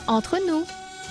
Entre nous.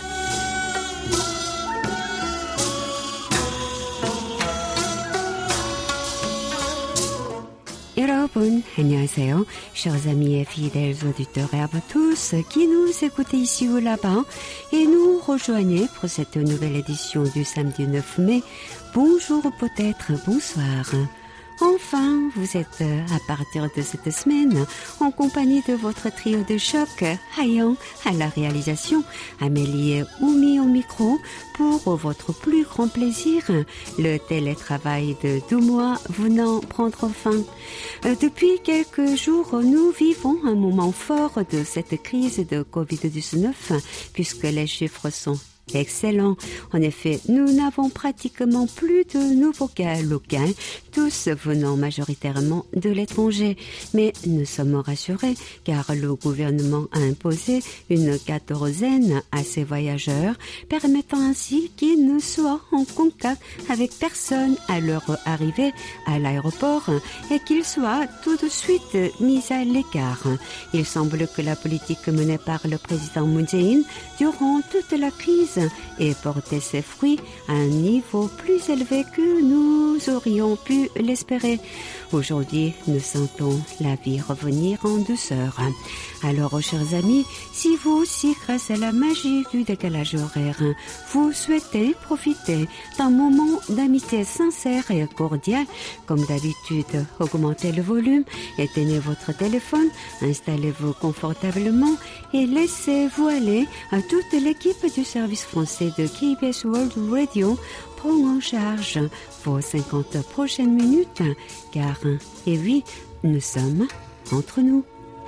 여러분, 안녕하세요. Chers amis et fidèles auditeurs et à vous tous qui nous écoutez ici ou là-bas et nous rejoignez pour cette nouvelle édition du samedi 9 mai. Bonjour ou peut-être bonsoir. Enfin, vous êtes à partir de cette semaine en compagnie de votre trio de choc, Hayan à la réalisation, Amélie et Oumi au micro, pour votre plus grand plaisir, le télétravail de 2 mois venant prendre fin. Depuis quelques jours, nous vivons un moment fort de cette crise de Covid-19 puisque les chiffres sont excellent. En effet, nous n'avons pratiquement plus de nouveaux cas locaux, tous venant majoritairement de l'étranger. Mais nous sommes rassurés car le gouvernement a imposé une quatorzaine à ces voyageurs, permettant ainsi qu'ils ne soient en contact avec personne à leur arrivée à l'aéroport et qu'ils soient tout de suite mis à l'écart. Il semble que la politique menée par le président Moon Jae-in durant toute la crise et porter ses fruits à un niveau plus élevé que nous aurions pu l'espérer. Aujourd'hui, nous sentons la vie revenir en douceur. Alors, chers amis, si vous aussi, grâce à la magie du décalage horaire, vous souhaitez profiter d'un moment d'amitié sincère et cordiale, comme d'habitude, augmentez le volume, éteignez votre téléphone, installez-vous confortablement et laissez-vous aller à toute l'équipe du service français de KBS World Radio prend en charge vos 50 prochaines minutes, car, et oui, nous sommes entre nous.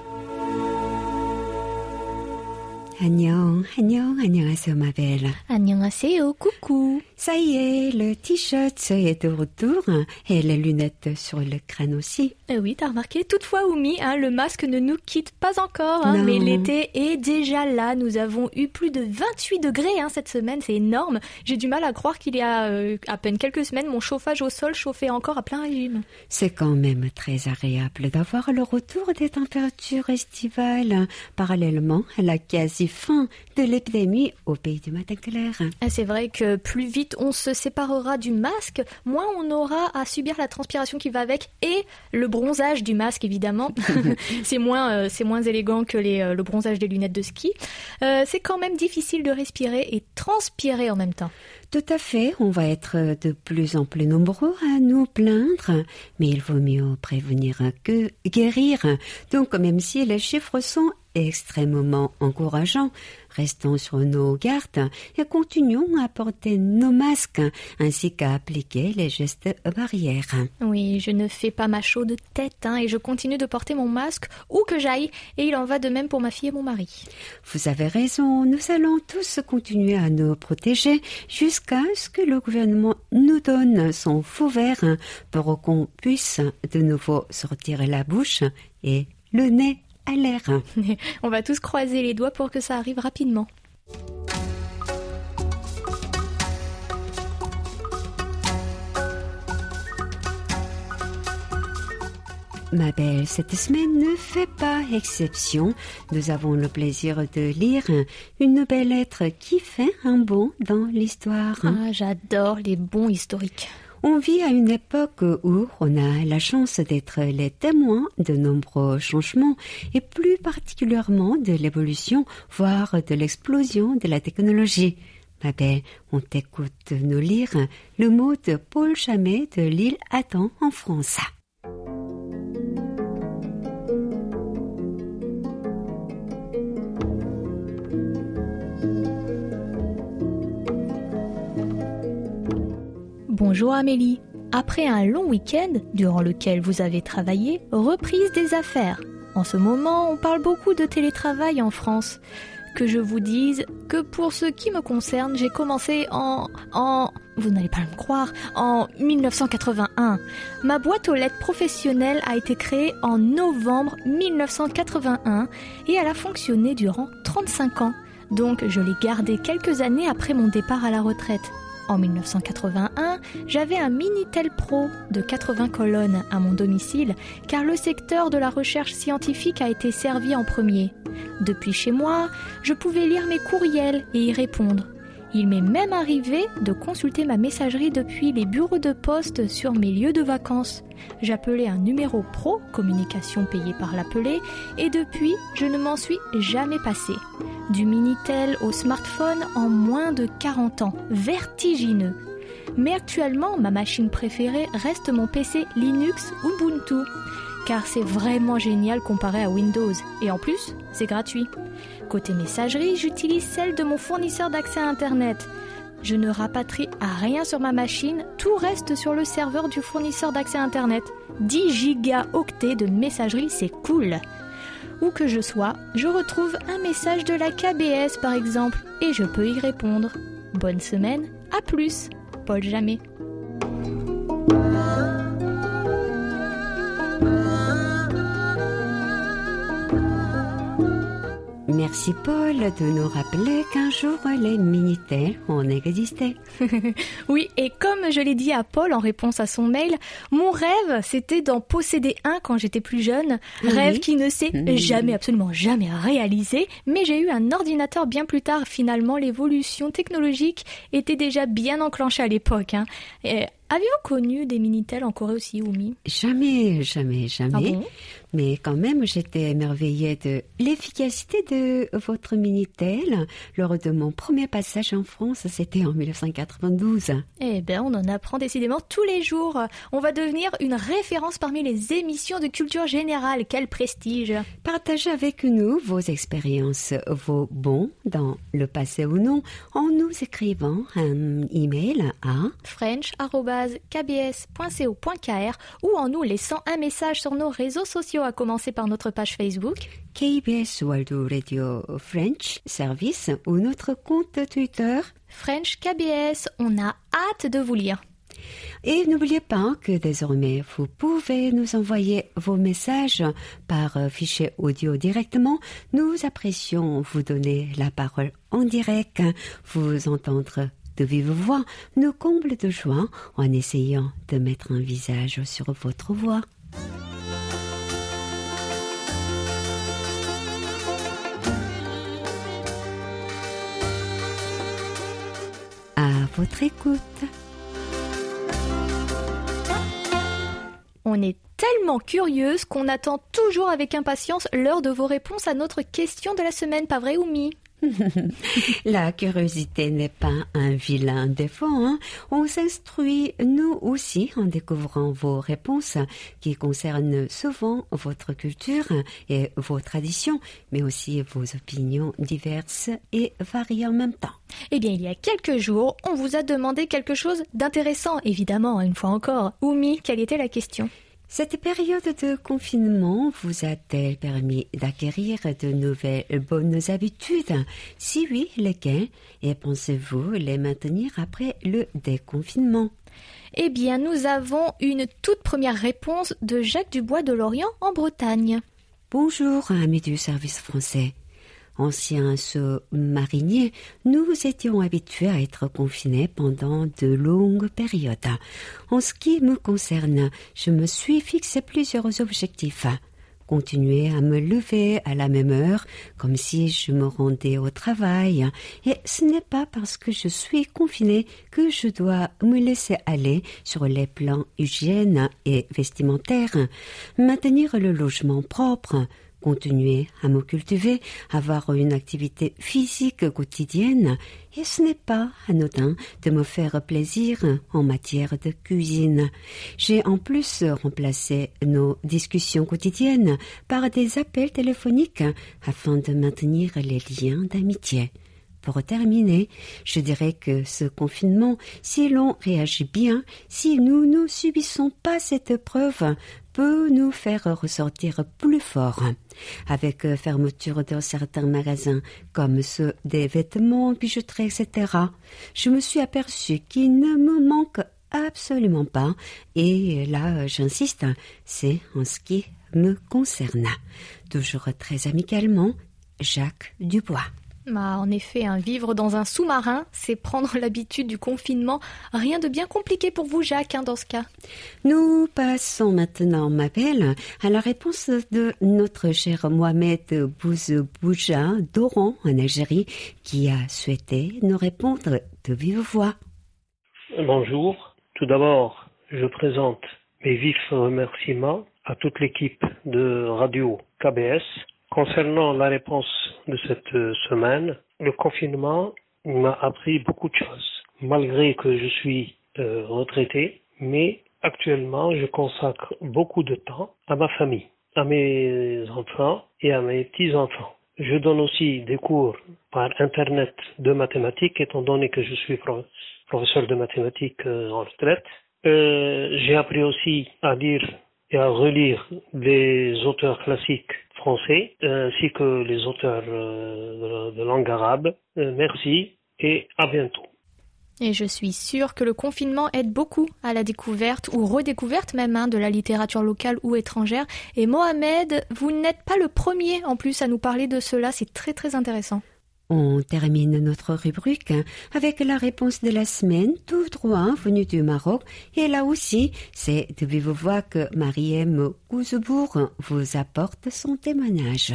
안녕하세요, ma belle. 안녕하세요, coucou. Ça y est, le t-shirt est de retour et les lunettes sur le crâne aussi. Oui, t'as remarqué. Toutefois, Oumi, le masque ne nous quitte pas encore, mais l'été est déjà là. Nous avons eu plus de 28 degrés cette semaine, c'est énorme. J'ai du mal à croire qu'il y a à peine quelques semaines, mon chauffage au sol chauffait encore à plein régime. C'est quand même très agréable d'avoir le retour des températures estivales, parallèlement à la quasi-fin de l'épidémie au pays du matin clair. C'est vrai que plus vite on se séparera du masque, moins on aura à subir la transpiration qui va avec et le bronzage du masque, évidemment. c'est moins élégant que le bronzage des lunettes de ski. C'est quand même difficile de respirer et transpirer en même temps. Tout à fait, on va être de plus en plus nombreux à nous plaindre, mais il vaut mieux prévenir que guérir. Donc, même si les chiffres sont extrêmement encourageants, restons sur nos gardes et continuons à porter nos masques ainsi qu'à appliquer les gestes barrières. Oui, je ne fais pas ma chaude tête et je continue de porter mon masque où que j'aille et il en va de même pour ma fille et mon mari. Vous avez raison, nous allons tous continuer à nous protéger jusqu'à ce que le gouvernement nous donne son feu vert pour qu'on puisse de nouveau sortir la bouche et le nez à l'air. On va tous croiser les doigts pour que ça arrive rapidement. Ma belle, cette semaine ne fait pas exception. Nous avons le plaisir de lire une belle lettre qui fait un bond dans l'histoire. J'adore les bons historiques. On vit à une époque où on a la chance d'être les témoins de nombreux changements et plus particulièrement de l'évolution, voire de l'explosion de la technologie. Ma belle, on t'écoute nous lire le mot de Paul Chamet de l'île Adam en France. Bonjour Amélie. Après un long week-end, durant lequel vous avez travaillé, reprise des affaires. En ce moment, on parle beaucoup de télétravail en France. Que je vous dise que pour ce qui me concerne, j'ai commencé vous n'allez pas me croire, en 1981. Ma boîte aux lettres professionnelle a été créée en novembre 1981 et elle a fonctionné durant 35 ans. Donc je l'ai gardée quelques années après mon départ à la retraite. En 1981, j'avais un Minitel Pro de 80 colonnes à mon domicile car le secteur de la recherche scientifique a été servi en premier. Depuis chez moi, je pouvais lire mes courriels et y répondre. Il m'est même arrivé de consulter ma messagerie depuis les bureaux de poste sur mes lieux de vacances. J'appelais un numéro pro, communication payée par l'appelé, et depuis, je ne m'en suis jamais passé. Du Minitel au smartphone en moins de 40 ans, vertigineux. Mais actuellement, ma machine préférée reste mon PC Linux Ubuntu, car c'est vraiment génial comparé à Windows, et en plus, c'est gratuit. Côté messagerie, j'utilise celle de mon fournisseur d'accès à Internet. Je ne rapatrie à rien sur ma machine, tout reste sur le serveur du fournisseur d'accès à Internet. 10 gigaoctets de messagerie, c'est cool. Où que je sois, je retrouve un message de la KBS par exemple, et je peux y répondre. Bonne semaine, à plus, Paul Jamet. Merci Paul de nous rappeler qu'un jour les Minitel ont existé. Oui, et comme je l'ai dit à Paul en réponse à son mail, mon rêve c'était d'en posséder un quand j'étais plus jeune. Rêve qui ne s'est jamais, absolument jamais réalisé, mais j'ai eu un ordinateur bien plus tard. Finalement, l'évolution technologique était déjà bien enclenchée à l'époque. Avez-vous connu des Minitel en Corée aussi, Oumi ? Jamais. Ah bon ? Mais quand même, j'étais émerveillée de l'efficacité de votre Minitel lors de mon premier passage en France. C'était en 1992. Eh bien, on en apprend décidément tous les jours. On va devenir une référence parmi les émissions de culture générale. Quel prestige ! Partagez avec nous vos expériences, vos bons dans le passé ou non, en nous écrivant un email à french@kbs.co.kr ou en nous laissant un message sur nos réseaux sociaux, à commencer par notre page Facebook KBS World Radio French Service ou notre compte Twitter French KBS. On a hâte de vous lire. Et n'oubliez pas que désormais, vous pouvez nous envoyer vos messages par fichier audio directement. Nous apprécions vous donner la parole en direct, vous entendre de vive voix, nous comble de joie en essayant de mettre un visage sur votre voix. À votre écoute. On est tellement curieuse qu'on attend toujours avec impatience l'heure de vos réponses à notre question de la semaine, pas vrai, Oumi ? La curiosité n'est pas un vilain défaut, hein? On s'instruit nous aussi en découvrant vos réponses qui concernent souvent votre culture et vos traditions, mais aussi vos opinions diverses et variées en même temps. Eh bien, il y a quelques jours, on vous a demandé quelque chose d'intéressant, évidemment, une fois encore. Oumi, quelle était la question ? Cette période de confinement vous a-t-elle permis d'acquérir de nouvelles bonnes habitudes? Si oui, lesquelles? Et pensez-vous les maintenir après le déconfinement? Eh bien, nous avons une toute première réponse de Jacques Dubois de Lorient en Bretagne. Bonjour, amis du service français. Anciens sous-mariniers, nous étions habitués à être confinés pendant de longues périodes. En ce qui me concerne, je me suis fixé plusieurs objectifs. Continuer à me lever à la même heure, comme si je me rendais au travail. Et ce n'est pas parce que je suis confinée que je dois me laisser aller sur les plans hygiène et vestimentaire. Maintenir le logement propre, continuer à me cultiver, avoir une activité physique quotidienne, et ce n'est pas anodin de me faire plaisir en matière de cuisine. J'ai en plus remplacé nos discussions quotidiennes par des appels téléphoniques afin de maintenir les liens d'amitié. Pour terminer, je dirais que ce confinement, si l'on réagit bien, si nous ne subissons pas cette épreuve, peut nous faire ressortir plus fort. Avec fermeture de certains magasins, comme ceux des vêtements, bijouterie, etc., je me suis aperçue qu'il ne me manque absolument pas, et là, j'insiste, c'est en ce qui me concerne. Toujours très amicalement, Jacques Dubois. En effet, vivre dans un sous-marin, c'est prendre l'habitude du confinement. Rien de bien compliqué pour vous, Jacques, dans ce cas. Nous passons maintenant, Mabel, à la réponse de notre cher Mohamed Bouzebouja d'Oran, en Algérie, qui a souhaité nous répondre de vive voix. Bonjour. Tout d'abord, je présente mes vifs remerciements à toute l'équipe de Radio KBS. Concernant la réponse de cette semaine, le confinement m'a appris beaucoup de choses. Malgré que je suis retraité, mais actuellement je consacre beaucoup de temps à ma famille, à mes enfants et à mes petits-enfants. Je donne aussi des cours par Internet de mathématiques, étant donné que je suis professeur de mathématiques en retraite. J'ai appris aussi à lire et à relire des auteurs classiques français, ainsi que les auteurs de langue arabe. Merci et à bientôt. Et je suis sûre que le confinement aide beaucoup à la découverte ou redécouverte même de la littérature locale ou étrangère. Et Mohamed, vous n'êtes pas le premier en plus à nous parler de cela, c'est très très intéressant. On termine notre rubrique avec la réponse de la semaine, tout droit venue du Maroc. Et là aussi, c'est de vive voix que Mariem Gouzebourg vous apporte son témoignage.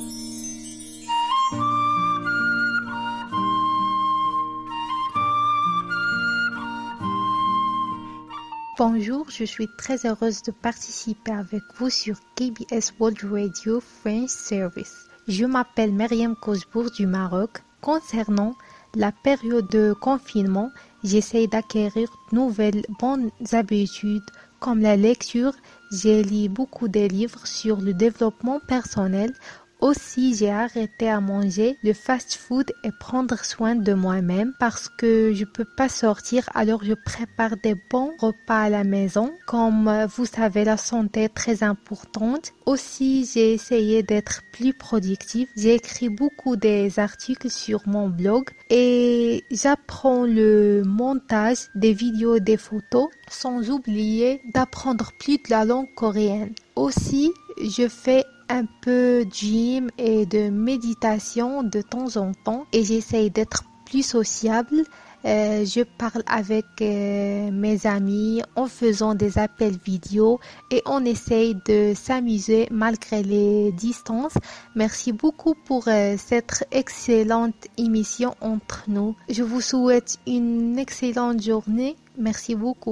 Bonjour, je suis très heureuse de participer avec vous sur KBS World Radio French Service. Je m'appelle Mariem Gouzebourg du Maroc. Concernant la période de confinement, j'essaie d'acquérir de nouvelles bonnes habitudes comme la lecture. J'ai lu beaucoup de livres sur le développement personnel. Aussi, j'ai arrêté à manger le fast-food et prendre soin de moi-même parce que je peux pas sortir, alors je prépare des bons repas à la maison. Comme vous savez, la santé est très importante. Aussi, j'ai essayé d'être plus productive. J'ai écrit beaucoup des articles sur mon blog et j'apprends le montage des vidéos et des photos, sans oublier d'apprendre plus de la langue coréenne. Aussi, je fais un peu de gym et de méditation de temps en temps et j'essaye d'être plus sociable. Je parle avec mes amis en faisant des appels vidéo et on essaye de s'amuser malgré les distances. Merci beaucoup pour cette excellente émission entre nous. Je vous souhaite une excellente journée. Merci beaucoup.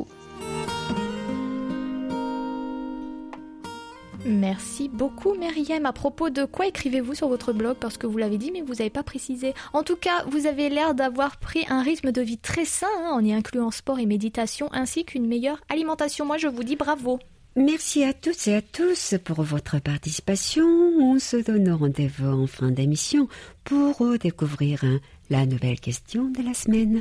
Merci beaucoup Mariem. À propos de quoi écrivez-vous sur votre blog? Parce que vous l'avez dit mais vous n'avez pas précisé. En tout cas, vous avez l'air d'avoir pris un rythme de vie très sain en y incluant sport et méditation ainsi qu'une meilleure alimentation. Moi je vous dis bravo. Merci à toutes et à tous pour votre participation. On se donne rendez-vous en fin d'émission pour découvrir la nouvelle question de la semaine.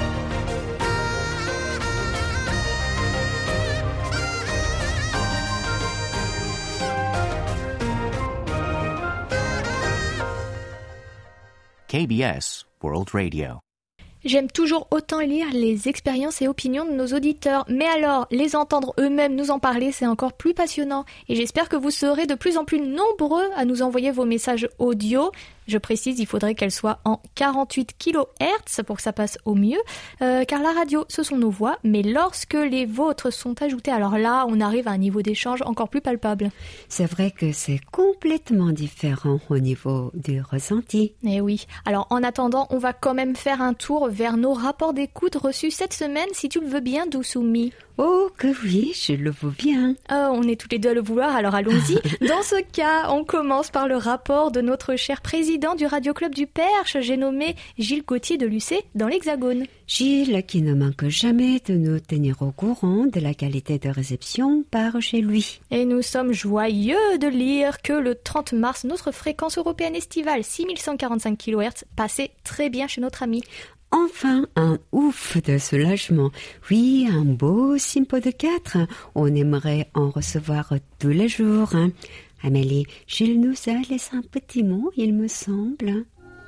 KBS World Radio. J'aime toujours autant lire les expériences et opinions de nos auditeurs, mais alors les entendre eux-mêmes nous en parler, c'est encore plus passionnant. Et j'espère que vous serez de plus en plus nombreux à nous envoyer vos messages audio. Je précise, il faudrait qu'elle soit en 48 kHz pour que ça passe au mieux, car la radio, ce sont nos voix, mais lorsque les vôtres sont ajoutés, alors là, on arrive à un niveau d'échange encore plus palpable. C'est vrai que c'est complètement différent au niveau du ressenti. Eh oui. Alors, en attendant, on va quand même faire un tour vers nos rapports d'écoute reçus cette semaine, si tu le veux bien, Dousoumi. Oh que oui, je le veux bien. On est tous les deux à le vouloir, alors allons-y. Dans ce cas, on commence par le rapport de notre cher président du Radio Club du Perche, j'ai nommé Gilles Gauthier de Lucé, dans l'Hexagone. Gilles, qui ne manque jamais de nous tenir au courant de la qualité de réception par chez lui. Et nous sommes joyeux de lire que le 30 mars, notre fréquence européenne estivale, 6145 kHz, passait très bien chez notre ami. Enfin, un ouf de soulagement. Oui, un beau Simpo de 4. On aimerait en recevoir tous les jours. Amélie, Gilles nous a laissé un petit mot, il me semble.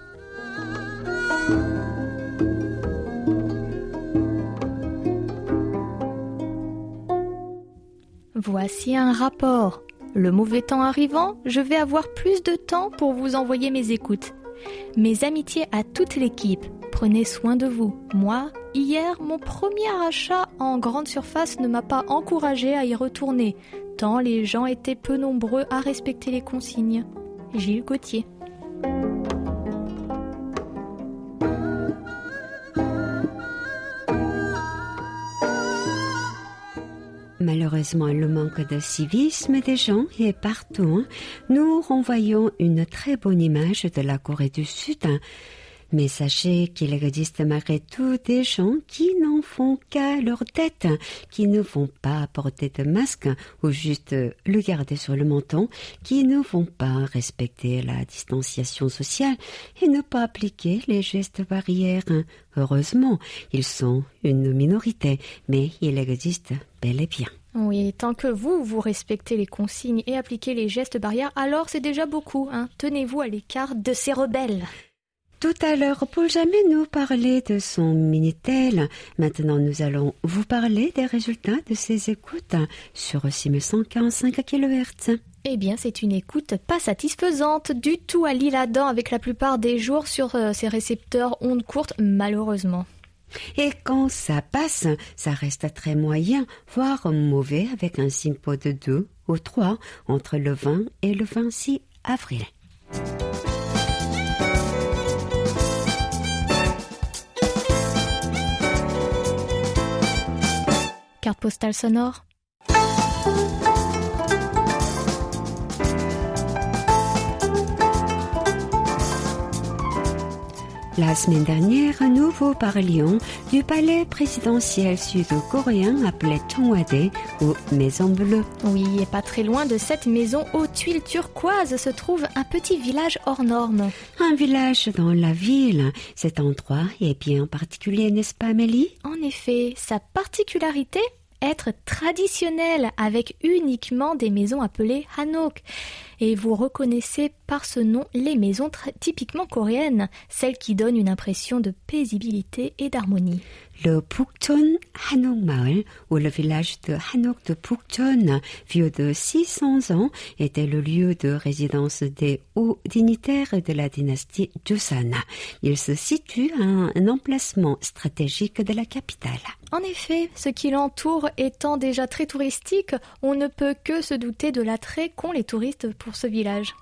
Voici un rapport. Le mauvais temps arrivant, je vais avoir plus de temps pour vous envoyer mes écoutes. Mes amitiés à toute l'équipe. Prenez soin de vous. Moi, hier, mon premier achat en grande surface ne m'a pas encouragé à y retourner, tant les gens étaient peu nombreux à respecter les consignes. Gilles Gauthier. Malheureusement, le manque de civisme des gens est partout. Nous renvoyons une très bonne image de la Corée du Sud. Mais sachez qu'il existe malgré tout des gens qui n'en font qu'à leur tête, qui ne vont pas porter de masque ou juste le garder sur le menton, qui ne vont pas respecter la distanciation sociale et ne pas appliquer les gestes barrières. Heureusement, ils sont une minorité, mais il existe bel et bien. Oui, tant que vous respectez les consignes et appliquez les gestes barrières, alors c'est déjà beaucoup. Tenez-vous à l'écart de ces rebelles. Tout à l'heure, Paul Jamais nous parlait de son Minitel. Maintenant, nous allons vous parler des résultats de ses écoutes sur 6145 kHz. Eh bien, c'est une écoute pas satisfaisante du tout à l'Isle-Adam avec la plupart des jours sur ces récepteurs ondes courtes, malheureusement. Et quand ça passe, ça reste très moyen, voire mauvais avec un SINPO de 2 ou 3 entre le 20 et le 26 avril. Carte postale sonore. La semaine dernière, nous vous parlions du palais présidentiel sud-coréen appelé Cheongwade ou Maison Bleue. Oui, et pas très loin de cette maison aux tuiles turquoises se trouve un petit village hors norme. Un village dans la ville. Cet endroit est bien particulier, n'est-ce pas, Amélie? En effet, sa particularité, être traditionnel avec uniquement des maisons appelées hanok. Et vous reconnaissez par ce nom les maisons typiquement coréennes, celles qui donnent une impression de paisibilité et d'harmonie. Le Pukchon Hanok Maul, ou le village de Hanok de Pukchon, vieux de 600 ans, était le lieu de résidence des hauts dignitaires de la dynastie Joseon. Il se situe à un emplacement stratégique de la capitale. En effet, ce qui l'entoure étant déjà très touristique, on ne peut que se douter de l'attrait qu'ont les touristes pour ce village.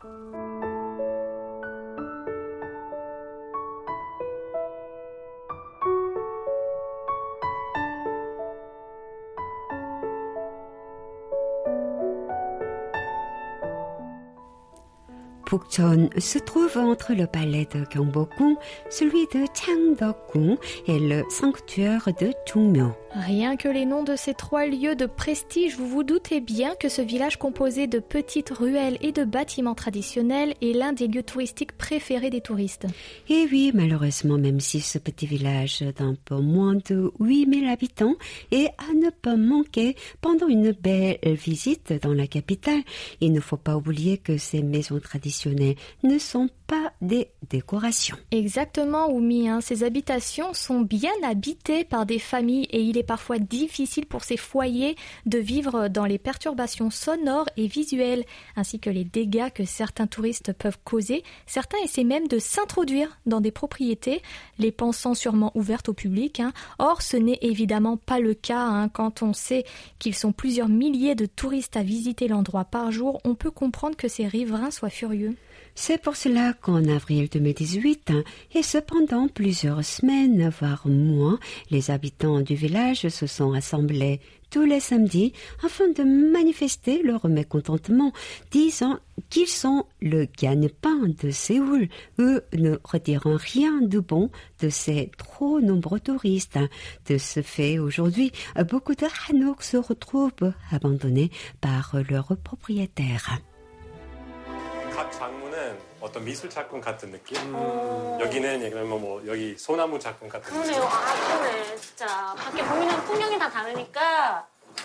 Pukchon se trouve entre le palais de Gyeongbokgung, celui de Changdeokgung et le sanctuaire de Jungmyo. Rien que les noms de ces trois lieux de prestige, vous vous doutez bien que ce village composé de petites ruelles et de bâtiments traditionnels est l'un des lieux touristiques préférés des touristes. Et oui, malheureusement, même si ce petit village d'un peu moins de 8000 habitants est à ne pas manquer pendant une belle visite dans la capitale, il ne faut pas oublier que ces maisons traditionnelles ne sont pas des décorations. Exactement, Oumi. Ces habitations sont bien habitées par des familles et il est parfois difficile pour ces foyers de vivre dans les perturbations sonores et visuelles, ainsi que les dégâts que certains touristes peuvent causer. Certains essaient même de s'introduire dans des propriétés, les pensant sûrement ouvertes au public. Or, ce n'est évidemment pas le cas. Quand on sait qu'ils sont plusieurs milliers de touristes à visiter l'endroit par jour, on peut comprendre que ces riverains soient furieux. C'est pour cela qu'en avril 2018, et cependant plusieurs semaines, voire mois, les habitants du village se sont rassemblés tous les samedis afin de manifester leur mécontentement, disant qu'ils sont le gagne-pain de Séoul. Eux ne retirent rien de bon de ces trop nombreux touristes. De ce fait, aujourd'hui, beaucoup de hanok se retrouvent abandonnés par leurs propriétaires. 각 장문은 어떤 미술 작품 같은 느낌? 여기는 예를 들면 뭐 여기 소나무 작품 같은 느낌. 그러네요. 그러네. 진짜 밖에 보이는 풍경이 다 다르니까.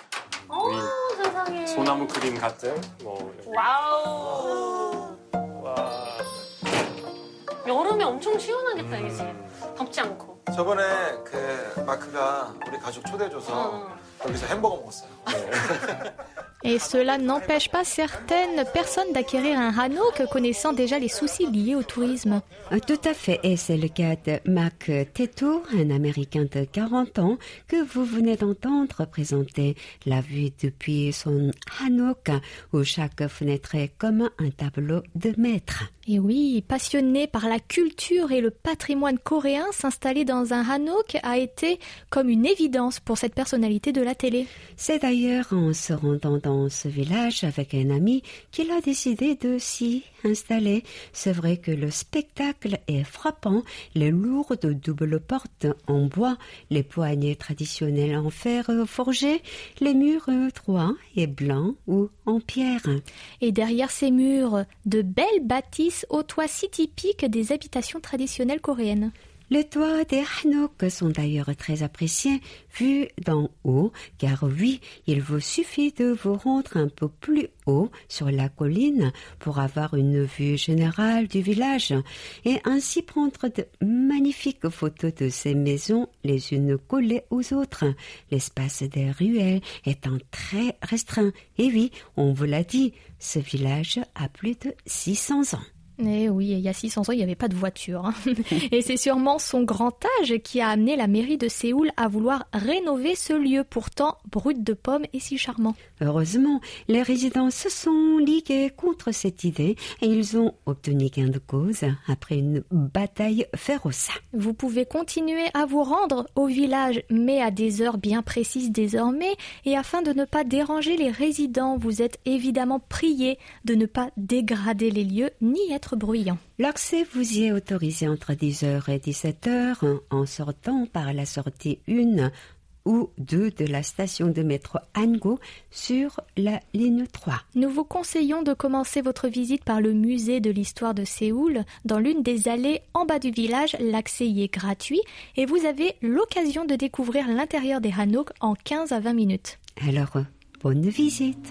세상에. 소나무 그림 같은 뭐. 와우. 와. 여름에 엄청 시원하겠다 이 집. 덥지 않고. 저번에 그 마크가 우리 가족 초대해줘서 여기서 햄버거 먹었어요. Et cela n'empêche pas certaines personnes d'acquérir un hanok connaissant déjà les soucis liés au tourisme. Tout à fait, et c'est le cas de Mac Teto, un Américain de 40 ans que vous venez d'entendre présenter la vue depuis son hanok où chaque fenêtre est comme un tableau de maître. Et oui, passionné par la culture et le patrimoine coréen, s'installer dans un hanok a été comme une évidence pour cette personnalité de la télé. C'est d'ailleurs en se rendant dans ce village avec un ami qu'il a décidé de s'y installer. C'est vrai que le spectacle est frappant, les lourdes doubles portes en bois, les poignées traditionnelles en fer forgé, les murs droits et blancs ou en pierre. Et derrière ces murs, de belles bâtisses aux toits si typiques des habitations traditionnelles coréennes. Les toits des hanok sont d'ailleurs très appréciés vus d'en haut, car oui, il vous suffit de vous rendre un peu plus haut sur la colline pour avoir une vue générale du village et ainsi prendre de magnifiques photos de ces maisons les unes collées aux autres, l'espace des ruelles étant très restreint. Et oui, on vous l'a dit, ce village a plus de 600 ans. Eh oui, il y a 600 ans, il n'y avait pas de voiture. Et c'est sûrement son grand âge qui a amené la mairie de Séoul à vouloir rénover ce lieu pourtant brut de pommes et si charmant. Heureusement, les résidents se sont ligués contre cette idée et ils ont obtenu gain de cause après une bataille féroce. Vous pouvez continuer à vous rendre au village, mais à des heures bien précises désormais. Et afin de ne pas déranger les résidents, vous êtes évidemment priés de ne pas dégrader les lieux ni être bruyant. L'accès vous y est autorisé entre 10h et 17h en sortant par la sortie 1 ou 2 de la station de métro Hango sur la ligne 3. Nous vous conseillons de commencer votre visite par le musée de l'histoire de Séoul. Dans l'une des allées en bas du village, l'accès y est gratuit et vous avez l'occasion de découvrir l'intérieur des hanok en 15 à 20 minutes. Alors, bonne visite!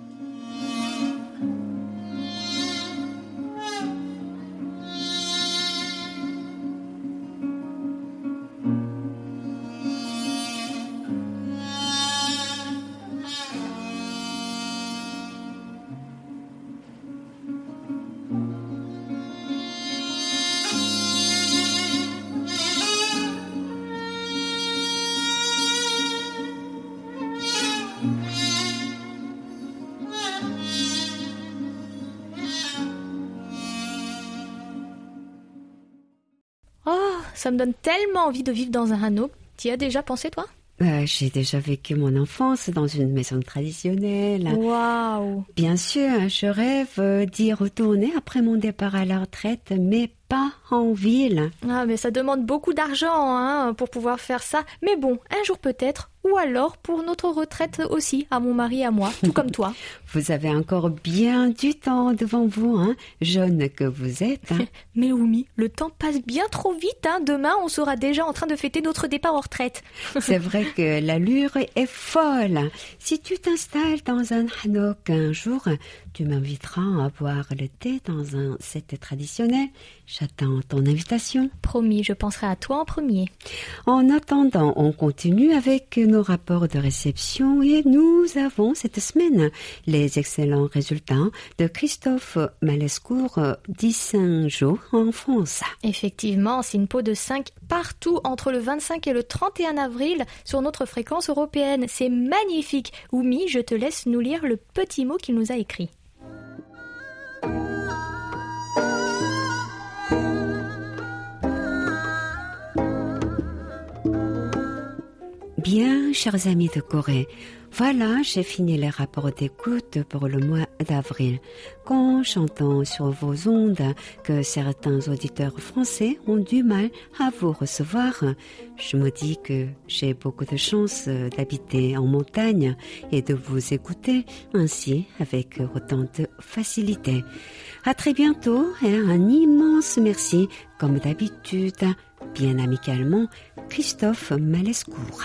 Ça me donne tellement envie de vivre dans un hanok. Tu y as déjà pensé, toi ? J'ai déjà vécu mon enfance dans une maison traditionnelle. Waouh ! Bien sûr, je rêve d'y retourner après mon départ à la retraite, mais pas en ville. Ah, mais ça demande beaucoup d'argent pour pouvoir faire ça. Mais bon, un jour peut-être. Ou alors pour notre retraite aussi, à mon mari et à moi, tout comme toi. Vous avez encore bien du temps devant vous, jeune que vous êtes. Mais Oumi, le temps passe bien trop vite. Demain, on sera déjà en train de fêter notre départ en retraite. C'est vrai que l'allure est folle. Si tu t'installes dans un hanok un jour, tu m'inviteras à boire le thé dans un set traditionnel. J'attends ton invitation. Promis, je penserai à toi en premier. En attendant, on continue avec nos rapports de réception et nous avons cette semaine les excellents résultats de Christophe Malescourt d'Issingeau en France. Effectivement, c'est une peau de 5 partout entre le 25 et le 31 avril sur notre fréquence européenne. C'est magnifique. Oumi, je te laisse nous lire le petit mot qu'il nous a écrit. Bien, chers amis de Corée, voilà, j'ai fini les rapports d'écoute pour le mois d'avril. Quand j'entends sur vos ondes que certains auditeurs français ont du mal à vous recevoir, je me dis que j'ai beaucoup de chance d'habiter en montagne et de vous écouter ainsi avec autant de facilité. À très bientôt et un immense merci, comme d'habitude, bien amicalement, Christophe Malescourt.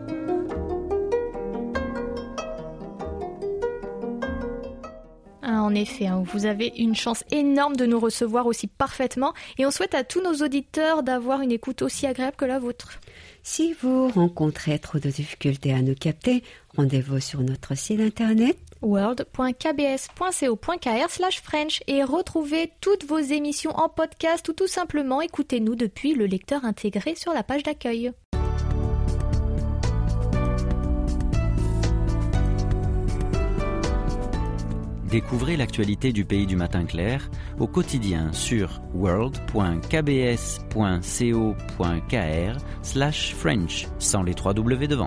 En effet, vous avez une chance énorme de nous recevoir aussi parfaitement et on souhaite à tous nos auditeurs d'avoir une écoute aussi agréable que la vôtre. Si vous rencontrez trop de difficultés à nous capter, rendez-vous sur notre site internet world.kbs.co.kr/French et retrouvez toutes vos émissions en podcast ou tout simplement écoutez-nous depuis le lecteur intégré sur la page d'accueil. Découvrez l'actualité du pays du matin clair au quotidien sur world.kbs.co.kr/French sans les 3 W devant.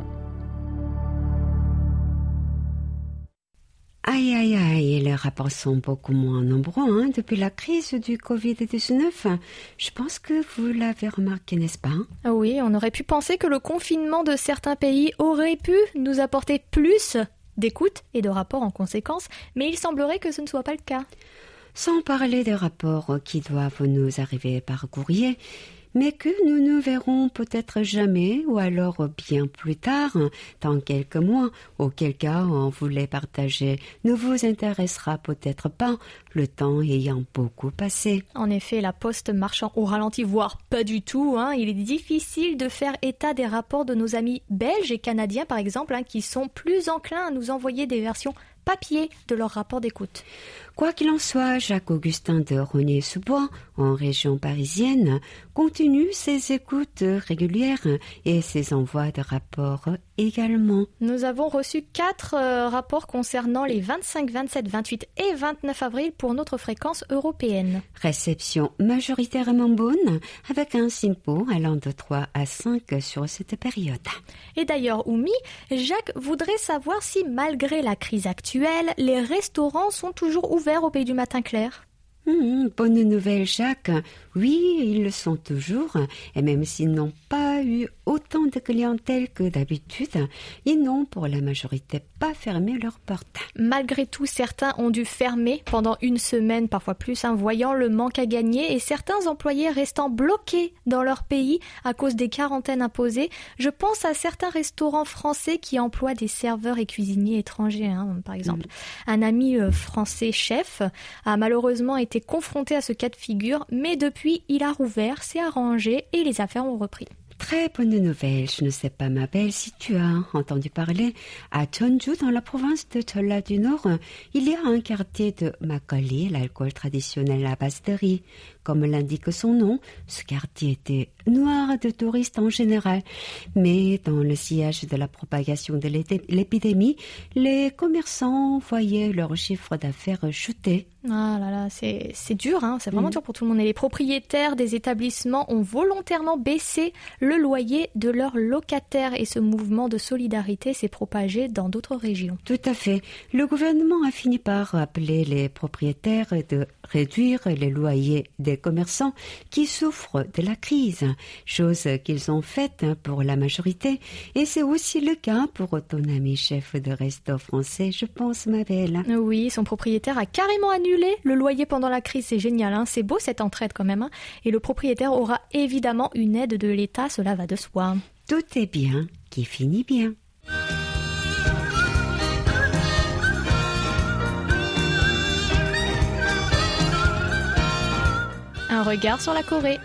Aïe, aïe, aïe, les rapports sont beaucoup moins nombreux depuis la crise du Covid-19. Je pense que vous l'avez remarqué, n'est-ce pas? Oui, on aurait pu penser que le confinement de certains pays aurait pu nous apporter plus d'écoute et de rapports en conséquence, mais il semblerait que ce ne soit pas le cas. Sans parler des rapports qui doivent nous arriver par courrier, mais que nous ne verrons peut-être jamais ou alors bien plus tard, dans quelques mois, auquel cas on voulait partager, ne vous intéressera peut-être pas, le temps ayant beaucoup passé. En effet, la poste marchant au ralenti, voire pas du tout, il est difficile de faire état des rapports de nos amis belges et canadiens par exemple, qui sont plus enclins à nous envoyer des versions papier de leur rapport d'écoute. Quoi qu'il en soit, Jacques-Augustin de Rogné-sous-Bois, en région parisienne, continue ses écoutes régulières et ses envois de rapports également. Nous avons reçu 4 rapports concernant les 25, 27, 28 et 29 avril pour notre fréquence européenne. Réception majoritairement bonne, avec un simpo allant de 3 à 5 sur cette période. Et d'ailleurs, Oumi, Jacques voudrait savoir si malgré la crise actuelle, les restaurants sont toujours ouverts au pays du matin clair. Bonne nouvelle, Jacques. Oui, ils le sont toujours. Et même s'ils n'ont pas eu autant de clientèle que d'habitude, ils n'ont pour la majorité pas fermé leurs portes. Malgré tout, certains ont dû fermer pendant une semaine, parfois plus, voyant le manque à gagner et certains employés restant bloqués dans leur pays à cause des quarantaines imposées. Je pense à certains restaurants français qui emploient des serveurs et cuisiniers étrangers, par exemple. Un ami français chef a malheureusement été confronté à ce cas de figure, mais depuis, il a rouvert, s'est arrangé et les affaires ont repris. Très bonne nouvelle. Je ne sais pas, ma belle, si tu as entendu parler. À Jeonju, dans la province de Jeolla du Nord, il y a un quartier de makgeolli, l'alcool traditionnel à base de riz. Comme l'indique son nom, ce quartier était noir de touristes en général. Mais dans le sillage de la propagation de l'épidémie, les commerçants voyaient leur chiffre d'affaires chuter. Ah là là, c'est dur, c'est vraiment dur pour tout le monde. Et les propriétaires des établissements ont volontairement baissé le loyer de leurs locataires et ce mouvement de solidarité s'est propagé dans d'autres régions. Tout à fait. Le gouvernement a fini par appeler les propriétaires de réduire les loyers des commerçants qui souffrent de la crise, chose qu'ils ont faite pour la majorité. Et c'est aussi le cas pour ton ami chef de resto français, je pense, ma belle. Oui, son propriétaire a carrément annulé le loyer pendant la crise, c'est génial, c'est beau cette entraide quand même. Et le propriétaire aura évidemment une aide de l'État, cela va de soi. Tout est bien qui finit bien. Un regard sur la Corée.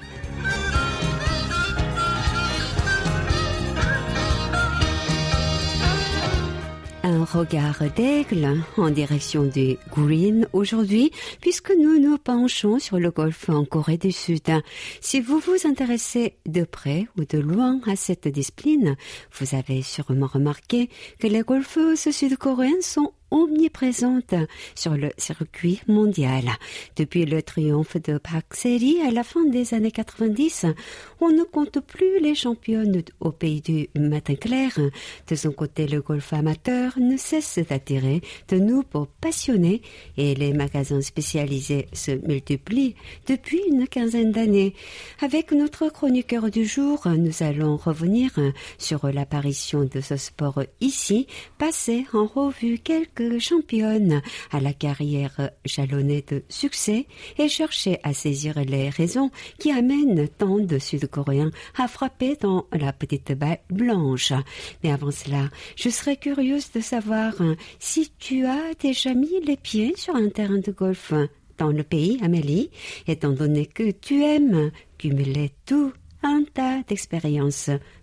Un regard d'aigle en direction du green aujourd'hui, puisque nous nous penchons sur le golf en Corée du Sud. Si vous vous intéressez de près ou de loin à cette discipline, vous avez sûrement remarqué que les golfeuses sud-coréennes sont omniprésente sur le circuit mondial. Depuis le triomphe de Park Se-ri à la fin des années 90, on ne compte plus les championnes au pays du matin clair. De son côté, le golf amateur ne cesse d'attirer de nouveaux passionnés et les magasins spécialisés se multiplient depuis une quinzaine d'années. Avec notre chroniqueur du jour, nous allons revenir sur l'apparition de ce sport ici, passer en revue quelques championne à la carrière jalonnée de succès et chercher à saisir les raisons qui amènent tant de Sud-Coréens à frapper dans la petite balle blanche. Mais avant cela, je serais curieuse de savoir si tu as déjà mis les pieds sur un terrain de golf dans le pays, Amélie, étant donné que tu aimes cumuler tout un tas d'expériences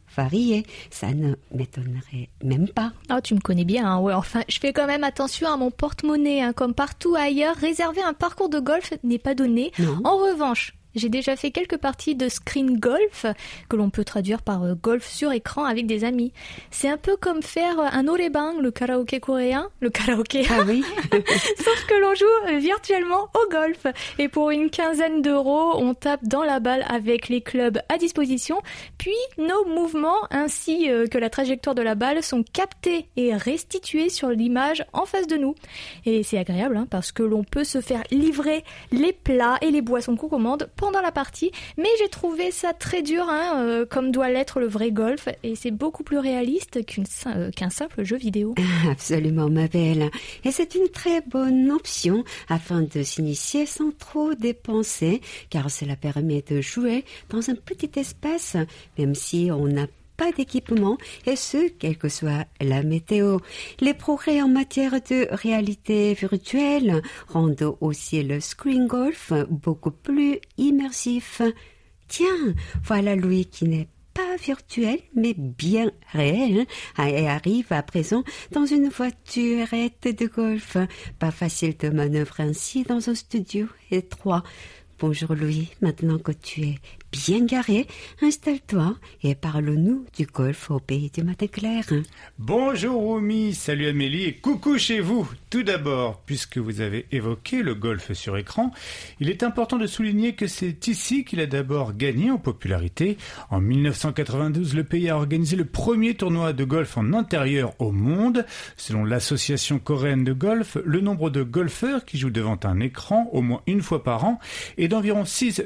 variés. Ça ne m'étonnerait même pas. Ah, tu me connais bien, hein. Ouais, enfin, je fais quand même attention à mon porte-monnaie, hein. Comme partout ailleurs, réserver un parcours de golf n'est pas donné. Non. En revanche, j'ai déjà fait quelques parties de screen golf, que l'on peut traduire par golf sur écran avec des amis. C'est un peu comme faire un noraebang, le karaoké coréen, le karaoké. Ah oui. Sauf que l'on joue virtuellement au golf. Et pour une 15aine d'euros, on tape dans la balle avec les clubs à disposition. Puis nos mouvements ainsi que la trajectoire de la balle sont captés et restitués sur l'image en face de nous. Et c'est agréable, hein, parce que l'on peut se faire livrer les plats et les boissons qu'on commande pendant la partie, mais j'ai trouvé ça très dur, hein, comme doit l'être le vrai golf, et c'est beaucoup plus réaliste qu'un simple jeu vidéo. Absolument, ma belle. Et c'est une très bonne option afin de s'initier sans trop dépenser, car cela permet de jouer dans un petit espace, même si on n'a pas d'équipement, et ce, quelle que soit la météo. Les progrès en matière de réalité virtuelle rendent aussi le screen golf beaucoup plus immersif. Tiens, voilà Louis qui n'est pas virtuel, mais bien réel, et arrive à présent dans une voiturette de golf. Pas facile de manœuvrer ainsi dans un studio étroit. Bonjour Louis, maintenant que tu es bien garé, installe-toi et parle-nous du golf au pays du matin clair. Bonjour Romy, salut Amélie et coucou chez vous. Tout d'abord, puisque vous avez évoqué le golf sur écran, il est important de souligner que c'est ici qu'il a d'abord gagné en popularité. En 1992, le pays a organisé le premier tournoi de golf en intérieur au monde. Selon l'association coréenne de golf, le nombre de golfeurs qui jouent devant un écran au moins une fois par an est d'environ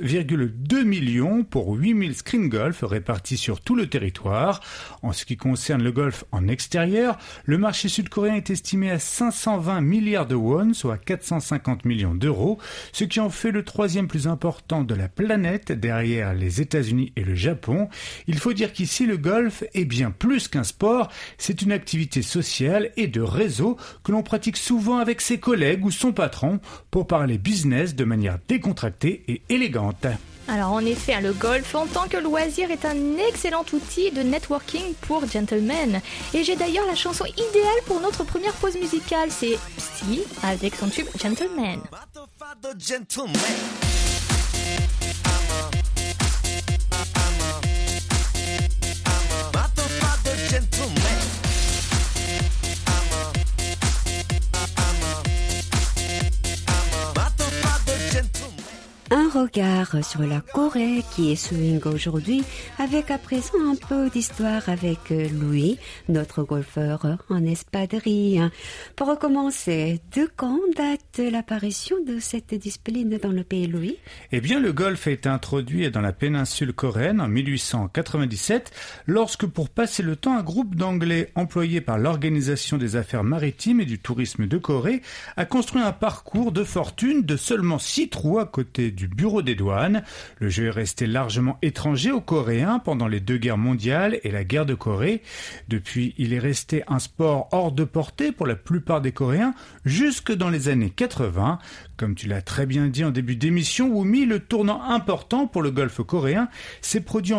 6,2 millions pour 8000 screen golf répartis sur tout le territoire. En ce qui concerne le golf en extérieur, le marché sud-coréen est estimé à 520 milliards de won, soit 450 millions d'euros, ce qui en fait le troisième plus important de la planète derrière les États-Unis et le Japon. Il faut dire qu'ici le golf est bien plus qu'un sport, c'est une activité sociale et de réseau que l'on pratique souvent avec ses collègues ou son patron pour parler business de manière décontractée et élégante. Alors en effet, le golf en tant que loisir est un excellent outil de networking pour gentlemen. Et j'ai d'ailleurs la chanson idéale pour notre première pause musicale, c'est Psy avec son tube Gentleman. Un regard sur la Corée qui est swing aujourd'hui, avec à présent un peu d'histoire avec Louis, notre golfeur en espadrille. Pour recommencer, de quand date l'apparition de cette discipline dans le pays, Louis? Eh bien, le golf a été introduit dans la péninsule coréenne en 1897, lorsque pour passer le temps, un groupe d'Anglais employé par l'Organisation des affaires maritimes et du tourisme de Corée a construit un parcours de fortune de seulement 6 trous à côté du bureau des douanes. Le jeu est resté largement étranger aux Coréens pendant les 2 guerres mondiales et la guerre de Corée. Depuis, il est resté un sport hors de portée pour la plupart des Coréens jusque dans les années 80. Comme tu l'as très bien dit en début d'émission, Wumi, le tournant important pour le golf coréen s'est produit en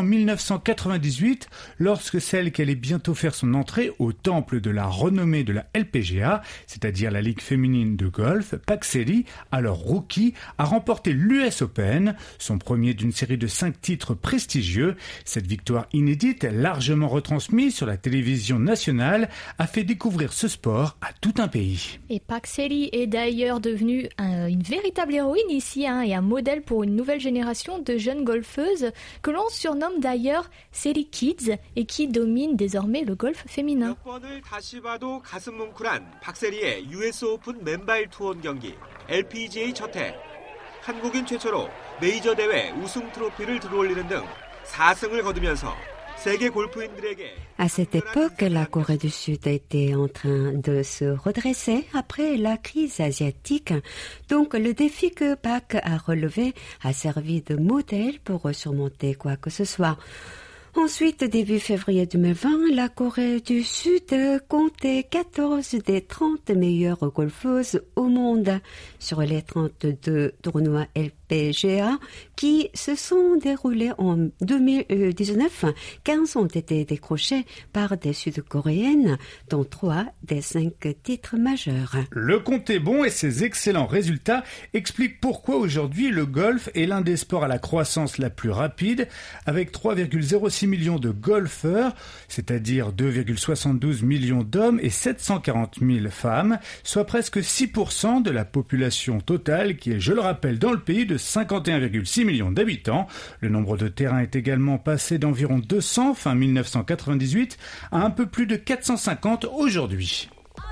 1998 lorsque celle qui allait bientôt faire son entrée au temple de la renommée de la LPGA, c'est-à-dire la Ligue féminine de golf, Pak Se-ri, alors rookie, a remporté l'US Open, son premier d'une série de 5 titres prestigieux. Cette victoire inédite, largement retransmise sur la télévision nationale, a fait découvrir ce sport à tout un pays. Et Pak Se-ri est d'ailleurs devenue une véritable héroïne ici, hein, et un modèle pour une nouvelle génération de jeunes golfeuses que l'on surnomme d'ailleurs Se-ri Kids et qui dominent désormais le golf féminin. 몇 번을 다시 봐도 가슴 뭉클한 박세리의 US 오픈 맨발 투혼 경기 LPGA 첫해. 한국인 최초로 메이저 대회 우승 트로피를 들어올리는 등 4승을 거두면서 세계 골프인들에게 À cette époque, la Corée du Sud était en train de se redresser après la crise asiatique. Donc, le défi que Pak a relevé a servi de modèle pour surmonter quoi que ce soit. Ensuite, début février 2020, la Corée du Sud comptait 14 des 30 meilleures golfeuses au monde. Sur les 32 tournois LPGA qui se sont déroulés en 2019, 15 ont été décrochés par des Sud-Coréennes, dont 3 des 5 titres majeurs. Le compte est bon et ces excellents résultats expliquent pourquoi aujourd'hui le golf est l'un des sports à la croissance la plus rapide, avec 3,06 millions de golfeurs, c'est-à-dire 2,72 millions d'hommes et 740 000 femmes, soit presque 6% de la population totale qui est, je le rappelle, dans le pays de 51,6 millions d'habitants. Le nombre de terrains est également passé d'environ 200 fin 1998 à un peu plus de 450 aujourd'hui.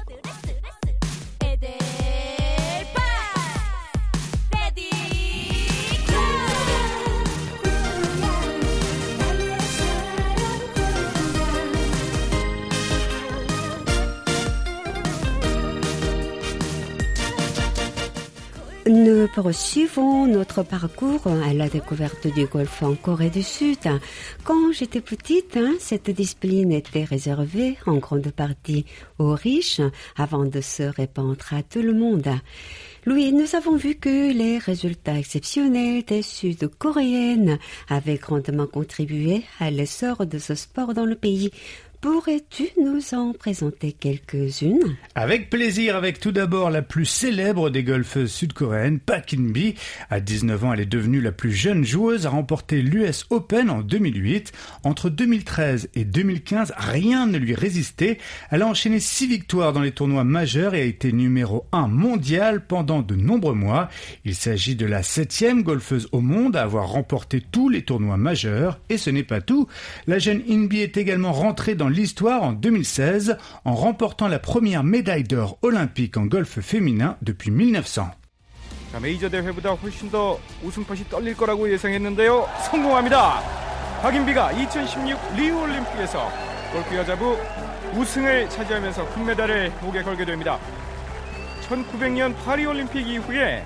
Nous poursuivons notre parcours à la découverte du golf en Corée du Sud. Quand j'étais petite, cette discipline était réservée en grande partie aux riches avant de se répandre à tout le monde. Louis, nous avons vu que les résultats exceptionnels des Sud-Coréennes avaient grandement contribué à l'essor de ce sport dans le pays. Pourrais-tu nous en présenter quelques-unes? Avec plaisir, avec tout d'abord la plus célèbre des golfeuses sud-coréennes, Park In-bi. À 19 ans, elle est devenue la plus jeune joueuse à remporter l'US Open en 2008. Entre 2013 et 2015, rien ne lui résistait. Elle a enchaîné 6 victoires dans les tournois majeurs et a été numéro 1 mondial pendant de nombreux mois. Il s'agit de la 7e golfeuse au monde à avoir remporté tous les tournois majeurs. Et ce n'est pas tout. La jeune In-bi est également rentrée dans l'histoire en 2016 en remportant la première médaille d'or olympique en golf féminin depuis 1900. 자, 메이저 대회보다 훨씬 더 우승팟이 떨릴 거라고 예상했는데요. 성공합니다. 박인비가 2016 리우 올림픽에서 골프 여자부 우승을 차지하면서 금메달을 목에 걸게 됩니다. 1900년 파리 올림픽 이후에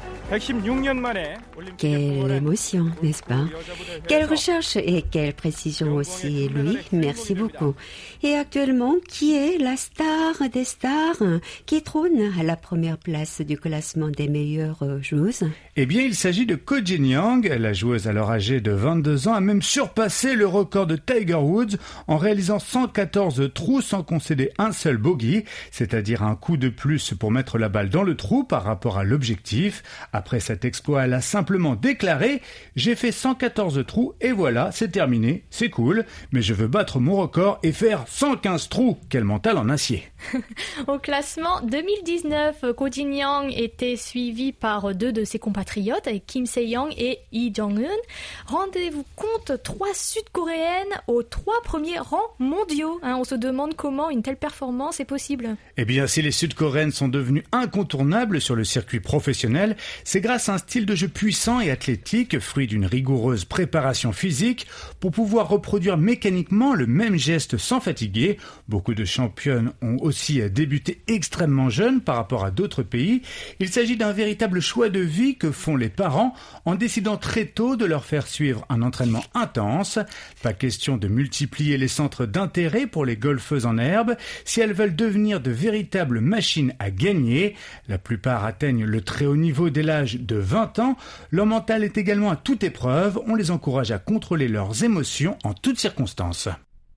Quelle émotion, n'est-ce pas? Quelle recherche et quelle précision aussi, Louis. Merci beaucoup. Et actuellement, qui est la star des stars qui trône à la première place du classement des meilleures joueuses? Eh bien, il s'agit de Ko Jin-young. La joueuse alors âgée de 22 ans a même surpassé le record de Tiger Woods en réalisant 114 trous sans concéder un seul bogey, c'est-à-dire un coup de plus pour mettre la balle dans le trou par rapport à l'objectif. Après cet exploit, elle a simplement déclaré « J'ai fait 114 trous et voilà, c'est terminé, c'est cool, mais je veux battre mon record et faire 115 trous. Quel mental en acier !» Au classement 2019, Ko Jin-young était suivi par 2 de ses compatriotes, Kim Se-young et Lee Jong-eun. Rendez-vous compte, 3 Sud-Coréennes aux 3 premiers rangs mondiaux. On se demande comment une telle performance est possible. Eh bien, si les Sud-Coréennes sont devenues incontournables sur le circuit professionnel, c'est grâce à un style de jeu puissant et athlétique, fruit d'une rigoureuse préparation physique, pour pouvoir reproduire mécaniquement le même geste sans fatiguer. Beaucoup de championnes ont aussi débuté extrêmement jeunes par rapport à d'autres pays. Il s'agit d'un véritable choix de vie que font les parents en décidant très tôt de leur faire suivre un entraînement intense. Pas question de multiplier les centres d'intérêt pour les golfeuses en herbe si elles veulent devenir de véritables machines à gagner. La plupart atteignent le très haut niveau dès l'âge de 20 ans. Leur mental est également à toute épreuve. On les encourage à contrôler leurs émotions en toutes circonstances.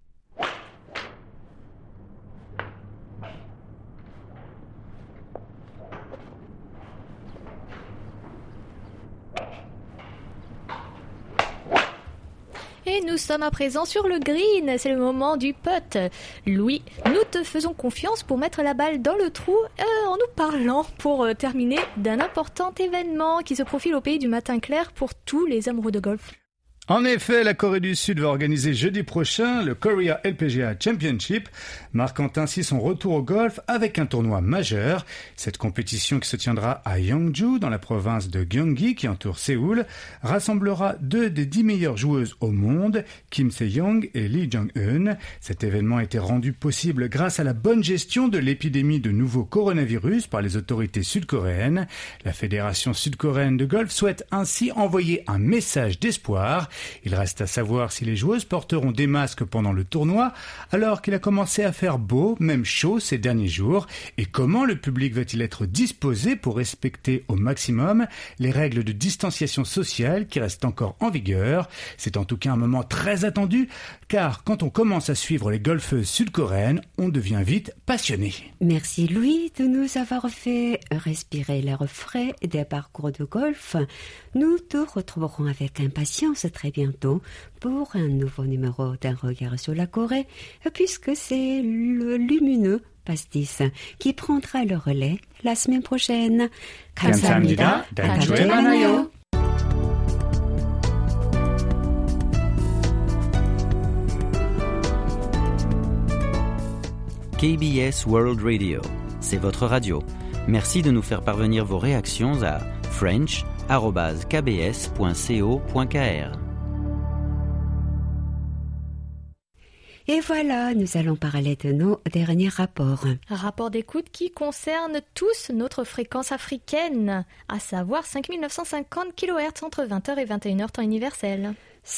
Et nous sommes à présent sur le green, c'est le moment du putt. Louis, nous te faisons confiance pour mettre la balle dans le trou en nous parlant pour terminer d'un important événement qui se profile au pays du matin clair pour tous les amoureux de golf. En effet, la Corée du Sud va organiser jeudi prochain le Korea LPGA Championship, marquant ainsi son retour au golf avec un tournoi majeur. Cette compétition qui se tiendra à Yeongju, dans la province de Gyeonggi, qui entoure Séoul, rassemblera 2 des 10 meilleures joueuses au monde, Kim Se-young et Lee Jong-eun. Cet événement a été rendu possible grâce à la bonne gestion de l'épidémie de nouveau coronavirus par les autorités sud-coréennes. La Fédération sud-coréenne de golf souhaite ainsi envoyer un message d'espoir. Il reste à savoir si les joueuses porteront des masques pendant le tournoi, alors qu'il a commencé à faire beau, même chaud ces derniers jours, et comment le public va-t-il être disposé pour respecter au maximum les règles de distanciation sociale qui restent encore en vigueur. C'est en tout cas un moment très attendu, car quand on commence à suivre les golfeuses sud-coréennes, on devient vite passionné. Merci Louis de nous avoir fait respirer l'air frais des parcours de golf. Nous te retrouverons avec impatience très bientôt pour un nouveau numéro d'un regard sur la Corée, puisque c'est le lumineux Pastis qui prendra le relais la semaine prochaine. 감사합니다. 다음 주에 만나요. KBS World Radio, c'est votre radio. Merci de nous faire parvenir vos réactions à french@kbs.co.kr. Et voilà, nous allons parler de nos derniers rapports. Rapport d'écoute qui concerne tous notre fréquence africaine, à savoir 5950 kHz entre 20h et 21h temps universel.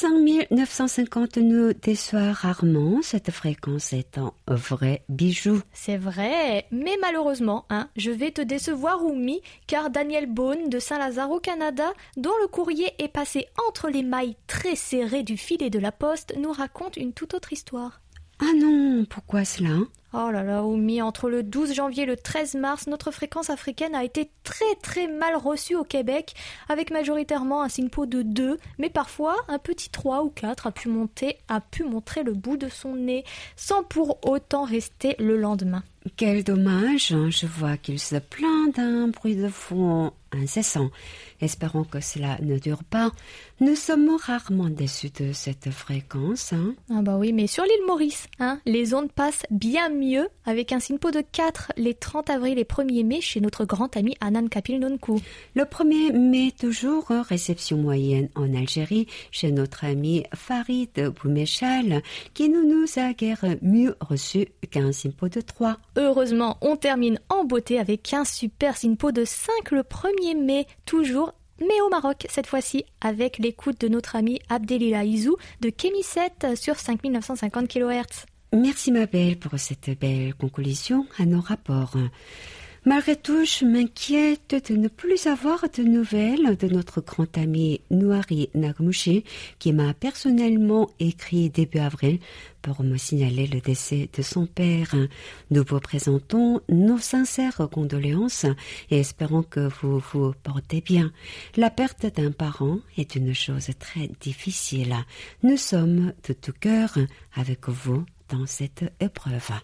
5950 nous déçoit rarement, cette fréquence est un vrai bijou. C'est vrai, mais malheureusement, je vais te décevoir, Oumi, car Daniel Bone de Saint-Lazare au Canada, dont le courrier est passé entre les mailles très serrées du filet de la poste, nous raconte une toute autre histoire. Ah non, pourquoi cela ? Oh là là, Oumi, entre le 12 janvier et le 13 mars, notre fréquence africaine a été très très mal reçue au Québec, avec majoritairement un SINPO de 2, mais parfois un petit 3 ou 4 a pu montrer le bout de son nez, sans pour autant rester le lendemain. Quel dommage, je vois qu'il se plaint d'un bruit de fond incessant. Espérons que cela ne dure pas. Nous sommes rarement déçus de cette fréquence. Ah bah oui, mais sur l'île Maurice, les ondes passent bien mieux avec un SINPO de 4 les 30 avril et 1er mai chez notre grand ami Anan Kapil Nonkou. Le 1er mai toujours, réception moyenne en Algérie chez notre ami Farid Boumechal qui ne nous a guère mieux reçus qu'un SINPO de 3. Heureusement, on termine en beauté avec un super SINPO de 5 le 1er mai, toujours, mais au Maroc, cette fois-ci, avec l'écoute de notre ami Abdelila Izou de Kémi 7 sur 5950 kHz. Merci ma belle pour cette belle conclusion à nos rapports. Malgré tout, je m'inquiète de ne plus avoir de nouvelles de notre grand ami Nouari Nagmouchi qui m'a personnellement écrit début avril pour me signaler le décès de son père. Nous vous présentons nos sincères condoléances et espérons que vous vous portez bien. La perte d'un parent est une chose très difficile. Nous sommes de tout cœur avec vous dans cette épreuve.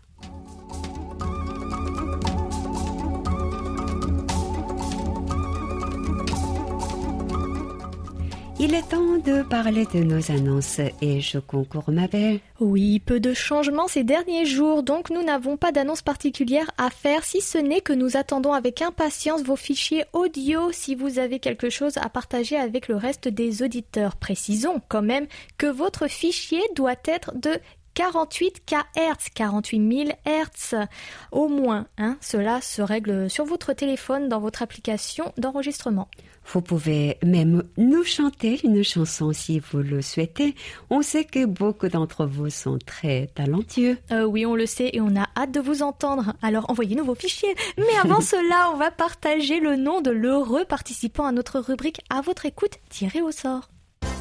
Il est temps de parler de nos annonces et je concours ma belle. Oui, peu de changements ces derniers jours, donc nous n'avons pas d'annonce particulière à faire, si ce n'est que nous attendons avec impatience vos fichiers audio si vous avez quelque chose à partager avec le reste des auditeurs. Précisons quand même que votre fichier doit être de 48 kHz, 48 000 Hz au moins. Cela se règle sur votre téléphone dans votre application d'enregistrement. Vous pouvez même nous chanter une chanson si vous le souhaitez. On sait que beaucoup d'entre vous sont très talentueux. Oui, on le sait et on a hâte de vous entendre. Alors envoyez-nous vos fichiers. Mais avant cela, on va partager le nom de l'heureux participant à notre rubrique À votre écoute, tiré au sort.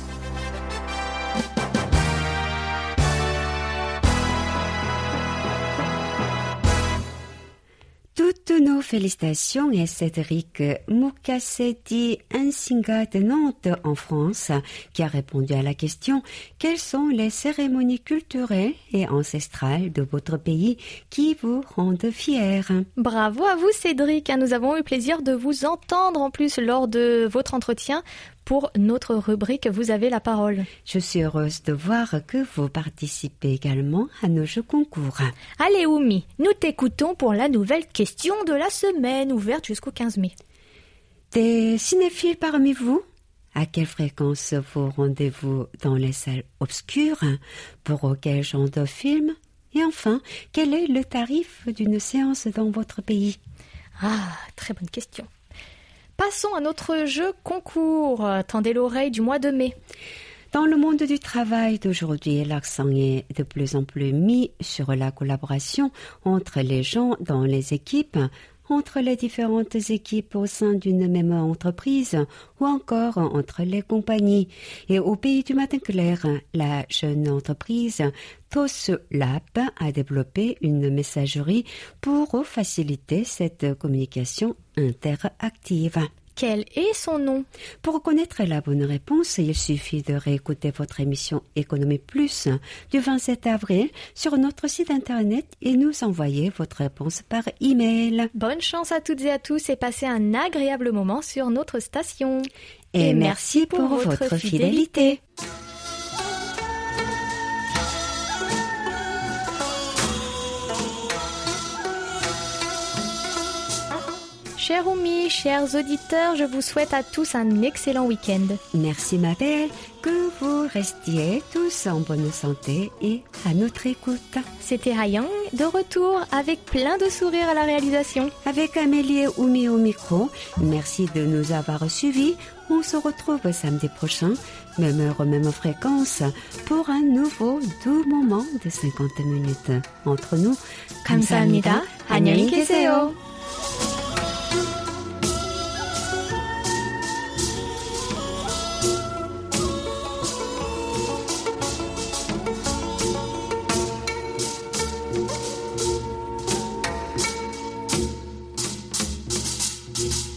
Toutes nos félicitations à Cédric Moukasedi Nsinga de Nantes en France qui a répondu à la question « Quelles sont les cérémonies culturelles et ancestrales de votre pays qui vous rendent fiers ?» Bravo à vous Cédric, nous avons eu le plaisir de vous entendre en plus lors de votre entretien. Pour notre rubrique, vous avez la parole. Je suis heureuse de voir que vous participez également à nos jeux concours. Allez Oumi, nous t'écoutons pour la nouvelle question de la semaine, ouverte jusqu'au 15 mai. Des cinéphiles parmi vous ? À quelle fréquence vous rendez-vous dans les salles obscures ? Pour quel genre de film ? Et enfin, quel est le tarif d'une séance dans votre pays ? Ah, très bonne question. Passons à notre jeu concours. Tendez l'oreille du mois de mai. Dans le monde du travail d'aujourd'hui, l'accent est de plus en plus mis sur la collaboration entre les gens dans les équipes, entre les différentes équipes au sein d'une même entreprise ou encore entre les compagnies. Et au pays du matin clair, la jeune entreprise TOSLab a développé une messagerie pour faciliter cette communication interactive. Quel est son nom? Pour connaître la bonne réponse, il suffit de réécouter votre émission Économie Plus du 27 avril sur notre site internet et nous envoyer votre réponse par email. Bonne chance à toutes et à tous et passez un agréable moment sur notre station. Et merci pour votre fidélité. Chers Oumi, chers auditeurs, je vous souhaite à tous un excellent week-end. Merci ma belle, que vous restiez tous en bonne santé et à notre écoute. C'était Hayang, de retour avec plein de sourires à la réalisation. Avec Amélie et Oumi au micro, merci de nous avoir suivis. On se retrouve samedi prochain, même heure, même fréquence, pour un nouveau doux moment de 50 minutes. Entre nous, 감사합니다. 안녕히 계세요. Thank you.